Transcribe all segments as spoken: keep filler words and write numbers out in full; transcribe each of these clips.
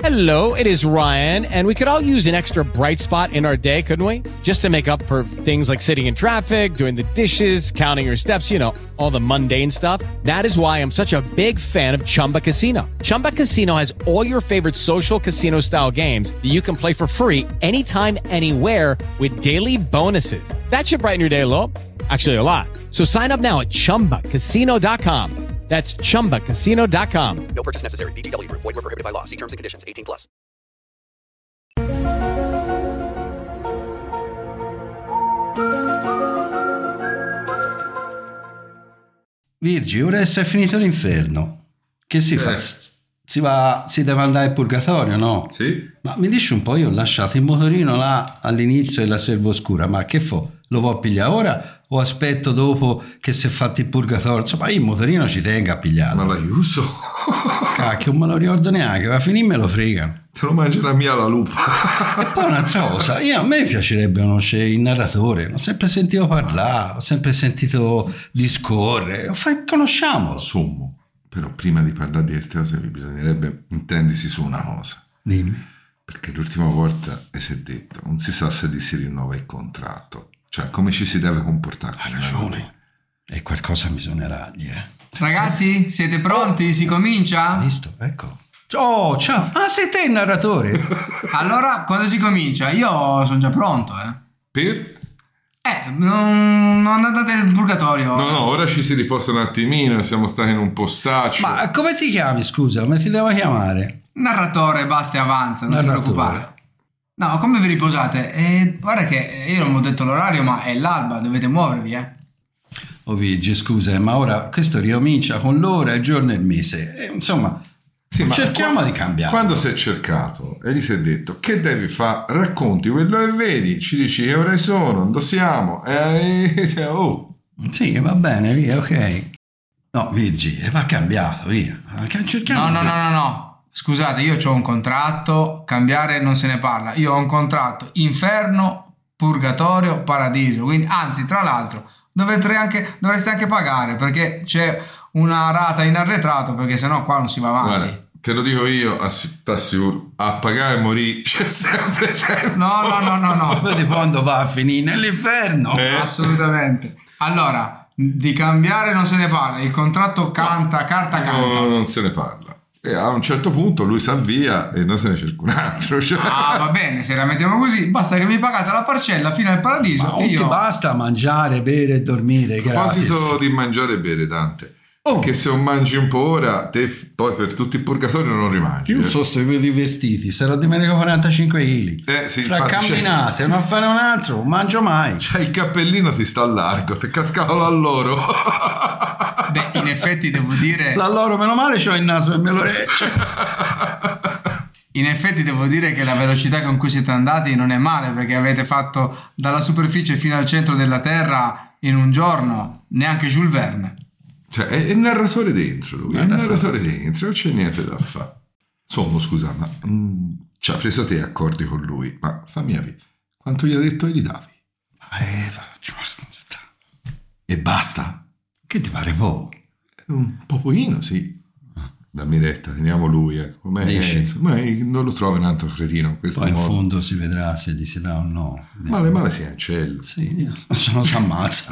Hello, it is Ryan, and we could all use an extra bright spot in our day, couldn't we? Just to make up for things like sitting in traffic, doing the dishes, counting your steps, you know, all the mundane stuff. That is why I'm such a big fan of Chumba Casino. Chumba Casino has all your favorite social casino-style games that you can play for free anytime, anywhere with daily bonuses. That should brighten your day a little. Actually, a lot. So sign up now at chumba casino dot com. That's chumba casino dot com. No purchase necessary. V G W Group. Void where prohibited by law. See terms and conditions. eighteen plus. Virgi, ora se è finito l'inferno, che si eh. fa? Si va, si deve andare in purgatorio, no? Sì. Ma mi dici un po', io ho lasciato il motorino là all'inizio della serva oscura, ma che fo? Lo può pigliare ora o aspetto dopo che si è fatto il purgatorio? Insomma, io il motorino ci tengo a pigliarlo. Ma l'aiuso? Cacchio, non me lo ricordo neanche, va a finire me lo fregano. Te lo mangia la mia la lupa. E poi un'altra cosa, io, a me piacerebbe conoscere il narratore, l'ho sempre sentito parlare, ho sempre sentito discorrere, fai, conosciamolo. Sommo, però prima di parlare di queste cose bisognerebbe intendersi su una cosa. Dimmi. Perché l'ultima volta e si è detto, non si sa se gli si rinnova il contratto, cioè come ci si deve comportare. Ha ragione, e qualcosa bisognerà dire. Ragazzi, siete pronti? Si comincia? Visto, ecco. Oh, ciao. Ah, sei te il narratore? Allora, quando si comincia? Io sono già pronto, eh. Per? Eh, non, non andate nel purgatorio. No, no, ora ci si riposa un attimino, siamo stati in un postaccio. Ma come ti chiami, scusa? Come ti devo chiamare? Narratore, basta e avanza, non Narratore. ti preoccupare. No, come vi riposate? Eh, guarda che io non vi ho detto l'orario, ma è l'alba, dovete muovervi, eh. Oh Vigi, scusa, ma ora questo ricomincia con l'ora, il giorno e il mese. E, insomma, Sì, ma cerchiamo qua- di cambiare. Quando si è cercato e gli si è detto che devi fare, racconti quello che vedi, ci dici che ore sono, dove siamo, e, e, oh. Sì, va bene, via, ok. No, Virgi, va cambiato, via. Cerchiamo. No, no, no, no, no. Scusate, io ho un contratto, cambiare non se ne parla. Io ho un contratto inferno, purgatorio, paradiso. Quindi, anzi, tra l'altro, dovete anche, dovreste anche pagare perché c'è una rata in arretrato, perché sennò qua non si va avanti. Guarda, te lo dico io, ass- t'assicuro, a pagare e morire c'è sempre tempo. No, no, no, no, no. Vedi quando va a finire nell'inferno? Eh. Assolutamente. Allora, di cambiare non se ne parla. Il contratto canta, carta canta. No, non se ne parla. E a un certo punto lui si avvia e noi se ne cerca un altro. Cioè. Ah, va bene, se la mettiamo così, basta che mi pagate la parcella fino al paradiso. Ma e non io... ti basta mangiare, bere e dormire, A proposito gratis. di mangiare e bere, Dante, Oh. che se non mangi un po' ora, te f- poi per tutto il purgatorio non rimangi. Io eh. non so se vedo i vestiti, sarò dimenticato quarantacinque chili. Eh, sì, Fra infatti, camminate, non fare un altro, non mangio mai. C'hai il cappellino, ti sta a largo, ti è cascato là loro. Beh, in effetti devo dire... Da loro, meno male, c'ho il naso e me lo recce. In effetti devo dire che la velocità con cui siete andati non è male, perché avete fatto dalla superficie fino al centro della Terra in un giorno, neanche Jules Verne. Cioè, è il narratore dentro lui, è il Narratore. narratore dentro, non c'è niente da fare. Insomma, scusa, ma mm, ci ha preso te accordi con lui, ma fammi capire, quanto gli ha detto che gli davi? Eh, E basta? che ti pare po'? Un popolino, sì. Dammi retta, teniamo lui, eh. Com'è? Dici? Ma non lo trovo un altro cretino in questo Poi in modo. fondo si vedrà se gli si dà o no. Male male si ancello. Sì, se no si ammazza.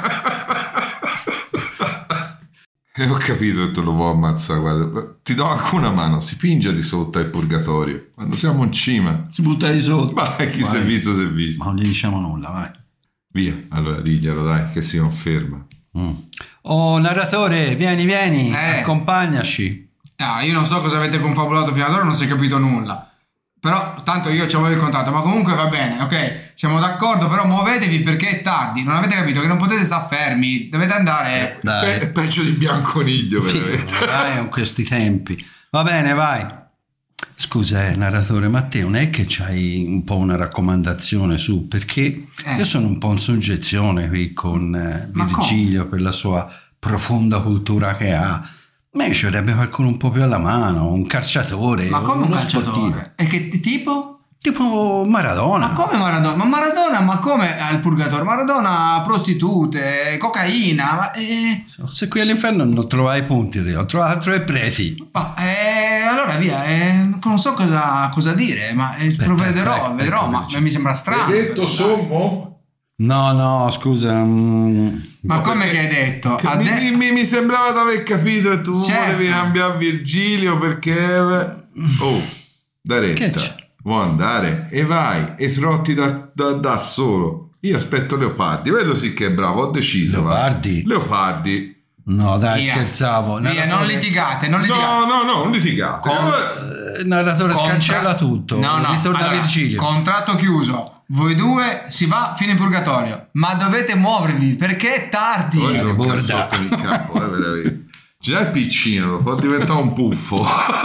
E ho capito che te lo vuoi ammazzare, guarda. Ti do anche una mano, si pinge di sotto al purgatorio. Quando siamo in cima. Si butta di sotto. Ma chi si è Vai. visto si è visto. Ma non gli diciamo nulla, vai. Via, allora diglielo dai, che si conferma. Mm. Oh, narratore, vieni, vieni, Eh. accompagnaci. Ah, io non so cosa avete confabulato fino ad ora, non si è capito nulla. Però tanto io ci avevo il contratto, ma comunque va bene, ok? Siamo d'accordo, però muovetevi perché è tardi. Non avete capito che non potete stare fermi, dovete andare. Dai. Pe- peggio di Bianconiglio, veramente. Dai, con questi tempi. Va bene, vai. Scusa, eh, narratore, ma te non è che c'hai un po' una raccomandazione su? Perché Eh. io sono un po' in soggezione qui con eh, Ma Virgilio per la sua profonda cultura che ha. A me ci vorrebbe qualcuno un po' più alla mano, un calciatore, Ma come un uno calciatore? sportivo. E che tipo? Tipo Maradona. Ma come Maradona? Ma Maradona, ma come al purgatorio? Maradona, prostitute, cocaina. Ma, eh... Se qui all'inferno non trovai punti, ho trovato tre presi. Ma eh, allora via, eh, non so cosa, cosa dire, ma eh, Beh, provvederò, beh, vedrò, beh, ma beh, mi sembra strano. Hai detto sommo? No, no, scusa. mm, Ma come che hai detto? Che Ha mi, de- mi- mi sembrava di aver capito che tu Certo. volevi cambiare Virgilio perché... Oh, da Che retta. c'è? Vuoi andare? E vai, e trotti da, da, da solo. Io aspetto Leopardi, quello sì che è bravo, ho deciso. va. Leopardi? Leopardi. No, dai, via. scherzavo. Via, non Narratore- litigate, non litigate. No, no, no, non litigate. Con- Eh, narratore Contra- scancella tutto. No, no, Ritorna allora, Virgilio. contratto chiuso. Voi due si va fino in purgatorio, ma dovete muovervi perché è tardi. Poi non borda. cazzotto in capo, eh, veramente. Già è piccino, lo fa diventare un puffo.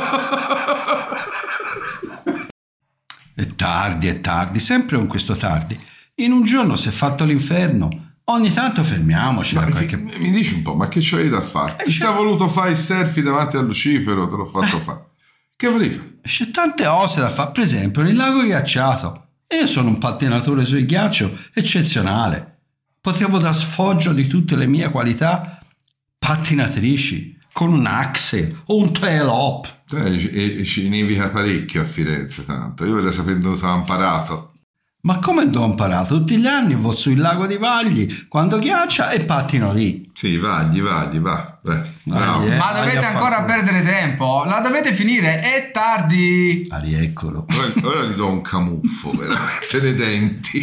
È tardi, è tardi, sempre con questo tardi. In un giorno si è fatto l'inferno. Ogni tanto fermiamoci Ma da che- qualche... mi dici un po', ma che c'hai da fare? Ti c'è- sei voluto fare il selfie davanti a Lucifero, te l'ho fatto fare. Che volevi fare? C'è tante cose da fare, per esempio nel lago ghiacciato. E io sono un pattinatore sul ghiaccio eccezionale. Potevo dar sfoggio di tutte le mie qualità pattinatrici con un axe o un tail up. Te ci- e- ci nevica parecchio a Firenze, tanto. Io vorrei sapere dove ti ho imparato. Ma come ho imparato? Tutti gli anni vado sul lago di Vagli quando ghiaccia e pattino lì. Sì, vagli, vagli, va. Beh, bravo. eh. Ma dovete Vai a ancora fare- perdere tempo, la dovete finire, è tardi. Ari, eccolo. Ora, ora gli do un camuffo, veramente, nei denti.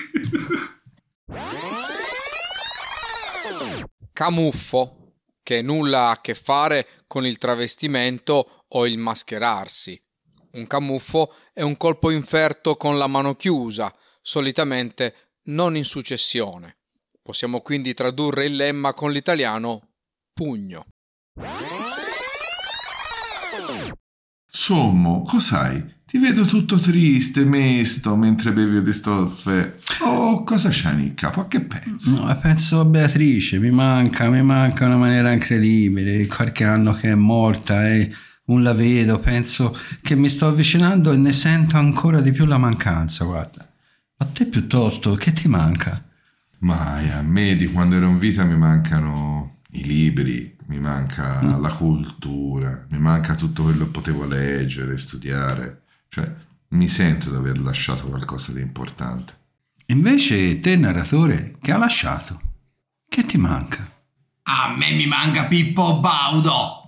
Camuffo, che nulla ha a che fare con il travestimento o il mascherarsi. Un camuffo è un colpo inferto con la mano chiusa, solitamente non in successione. Possiamo quindi tradurre il lemma con l'italiano pugno. Sommo, cos'hai? Ti vedo tutto triste, mesto, mentre bevi di stoffe. Oh, cosa c'hai in capo? A che pensi? No, penso a Beatrice, mi manca, mi manca in una maniera incredibile. Qualche anno che è morta e non la vedo, penso che mi sto avvicinando e ne sento ancora di più la mancanza, guarda. A te piuttosto, che ti manca? Ma a me di quando ero in vita mi mancano i libri, mi manca Mm. la cultura, mi manca tutto quello che potevo leggere, studiare. Cioè, mi sento di aver lasciato qualcosa di importante. Invece te, narratore, che ha lasciato? Che ti manca? A me mi manca Pippo Baudo.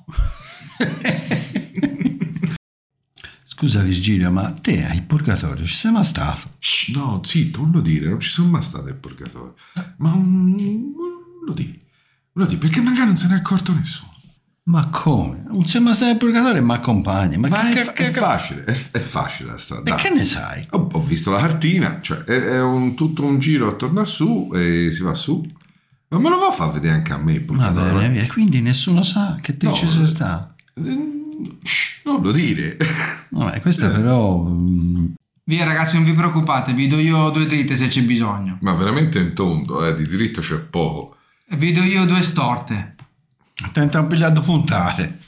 Scusa Virgilio, ma te hai purgatorio, ci sei mai stato? Shh, no, zitto, non lo dire, non ci sono mai stato in purgatorio. Ma mm, non lo di, non lo di, perché magari non se ne è accorto nessuno. Ma come? Non sei mai stato in purgatorio e mi accompagni? Ma, Ma che, è, che- fa- che- è facile, è, è facile la strada. E dai. che ne sai? Ho, ho visto la cartina, cioè è, è un, tutto un giro attorno a su e si va su. Ma me lo va a far vedere anche a me il Va purgatorio. bene, via. Quindi nessuno sa che te No, ci sei stato. Shh, non lo dire. Vabbè, questa però... mm, Via ragazzi, non vi preoccupate, vi do io due dritte se c'è bisogno. Ma veramente in tondo, eh, di diritto c'è poco. Vi do io due storte. Attento a un pigliato puntate.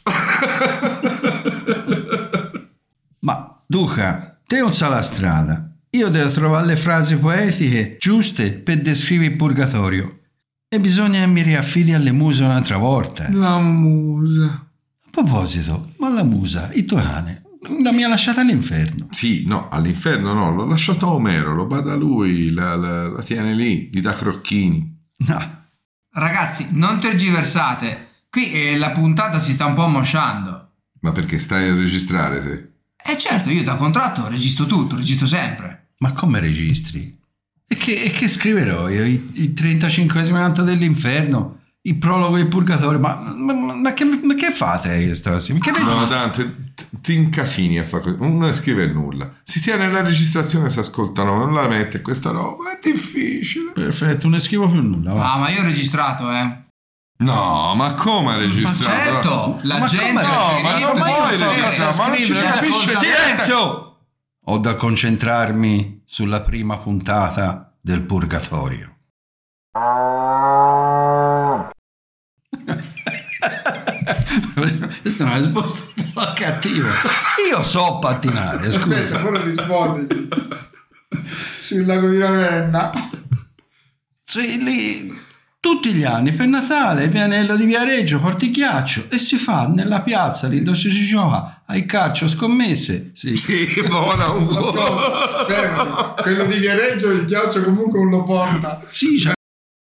Ma Duca, te non sa la strada. Io devo trovare le frasi poetiche giuste per descrivere il purgatorio. E bisogna che mi riaffidi alle muse un'altra volta. La musa. A proposito, ma la musa, il tuo cane, la mi ha lasciata all'inferno. Sì, no, all'inferno no, l'ho lasciato a Omero, lo bada lui, la, la, la tiene lì, gli dà crocchini. No, Ragazzi, non tergiversate. Qui eh, la puntata si sta un po' ammosciando. Ma perché stai a registrare te? E certo, io da contratto registro tutto, registro sempre. ma come registri? E che, e che scriverò io? Il, il trentacinquesimo canto dell'inferno? Il prologo del purgatorio? Ma, ma, ma, ma che, ma che fate io stasera? Che No, registri? Dante, t- ti incasini a fare così, non scrive nulla. Si tiene la registrazione, si ascoltano, non la mette questa roba, è difficile. Perfetto, non ne scrivo più nulla. Va. Ah, ma io ho registrato, eh. No, ma come ha Ma registrato? certo, la Ma gente come? ha No, ma preferito non puoi vedere- registrare, ma non ci si scrivere, capisce ascoltare. Silenzio! Ho da concentrarmi sulla prima puntata del purgatorio. Questa è una risposta un po' cattiva. Io so pattinare, scusa. Aspetta, poi rispondi sul lago di Ravenna. Sì, lì tutti gli anni per Natale Vianello di Viareggio porta il ghiaccio e si fa nella piazza lì dove si gioca ai calcio scommesse. Sì, Sì, buona Ugo. Ascolta, fermati. Quello di Viareggio il ghiaccio comunque non lo porta. sì, c'è.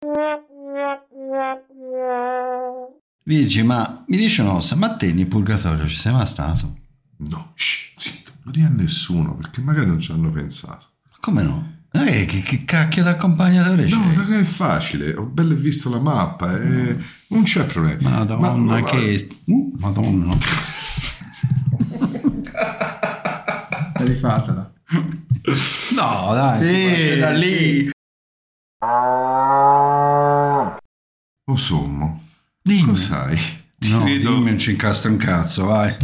Virgi, ma mi dice una cosa, ma te in purgatorio ci sei mai stato? No, shh, zitto, non dire a nessuno perché magari non ci hanno pensato. Come no? Eh, che, che cacchio d'accompagnatore c'è? No, raga, è facile, ho bello visto la mappa e non c'è problema. Madonna, Ma- ma- che... Uh, Madonna. Rifatela. No, dai, Sì, si parte da lì. Oh, sommo, Dimmi. cos'hai? Ti No, vedo... dimmi, non ci incastro un cazzo, vai.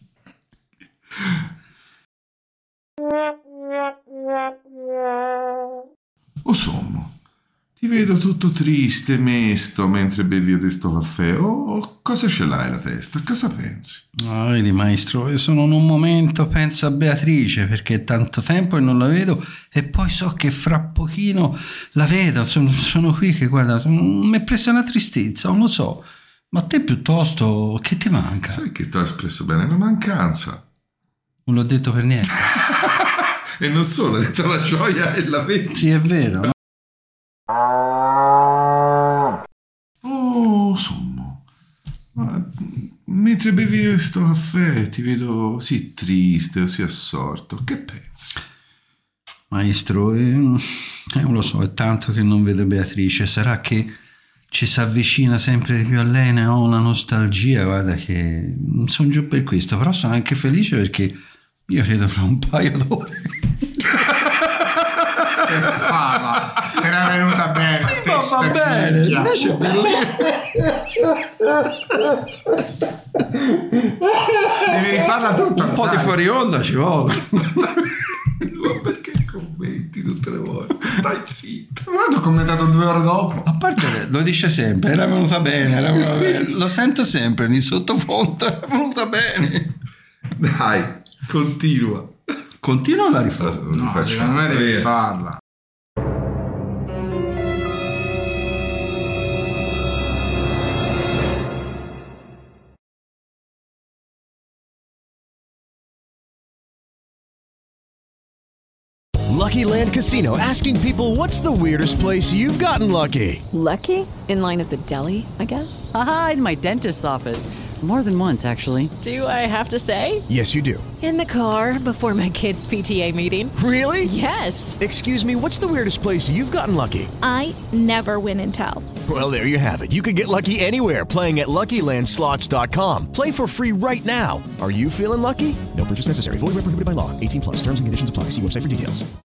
Oh, sommo, ti vedo tutto triste, mesto mentre bevi di sto caffè. Oh, cosa ce l'hai la testa? Cosa pensi? Ah, vedi maestro, io sono in un momento, penso a Beatrice perché è tanto tempo che non la vedo e poi so che fra pochino la vedo, sono, sono qui che guarda, mi è presa una tristezza, non lo so, ma a te piuttosto che ti manca? Sai che ti ho espresso bene la mancanza. Non l'ho detto per niente. E non solo, ho detto la gioia e la vedi. Sì, è vero, no? Oh, sommo, ma mentre bevi sto caffè ti vedo sì triste o sì assorto. Che pensi? Maestro, eh, non lo so, è tanto che non vedo Beatrice, sarà che ci si avvicina sempre di più a lei, ne ho una nostalgia, guarda che non sono giù per questo, però sono anche felice perché io credo fra un paio d'ore. Che fava, ti era venuta bene. Sì, ma va bene, invece per lei devi rifarla tutta. un po' di sai. fuori onda ci vuole. Ma perché commenti tutte le volte? Stai zitto. Ma l'ho commentato due ore dopo. A parte lo dice sempre, era venuta bene, era venuta bene. Lo sento sempre in sottofondo, era venuta bene. Dai, continua. Continua la riforma. Lo No, rifacciamo. secondo me devi Via. farla. Lucky Land Casino, asking people, what's the weirdest place you've gotten lucky? Lucky? In line at the deli, I guess? Aha, in my dentist's office. More than once, actually. Do I have to say? Yes, you do. In the car before my kids' P T A meeting. Really? Yes. Excuse me, what's the weirdest place you've gotten lucky? I never win and tell. Well, there you have it. You can get lucky anywhere, playing at Lucky Land Slots dot com. Play for free right now. Are you feeling lucky? No purchase necessary. Void where prohibited by law. eighteen plus. Terms and conditions apply. See website for details.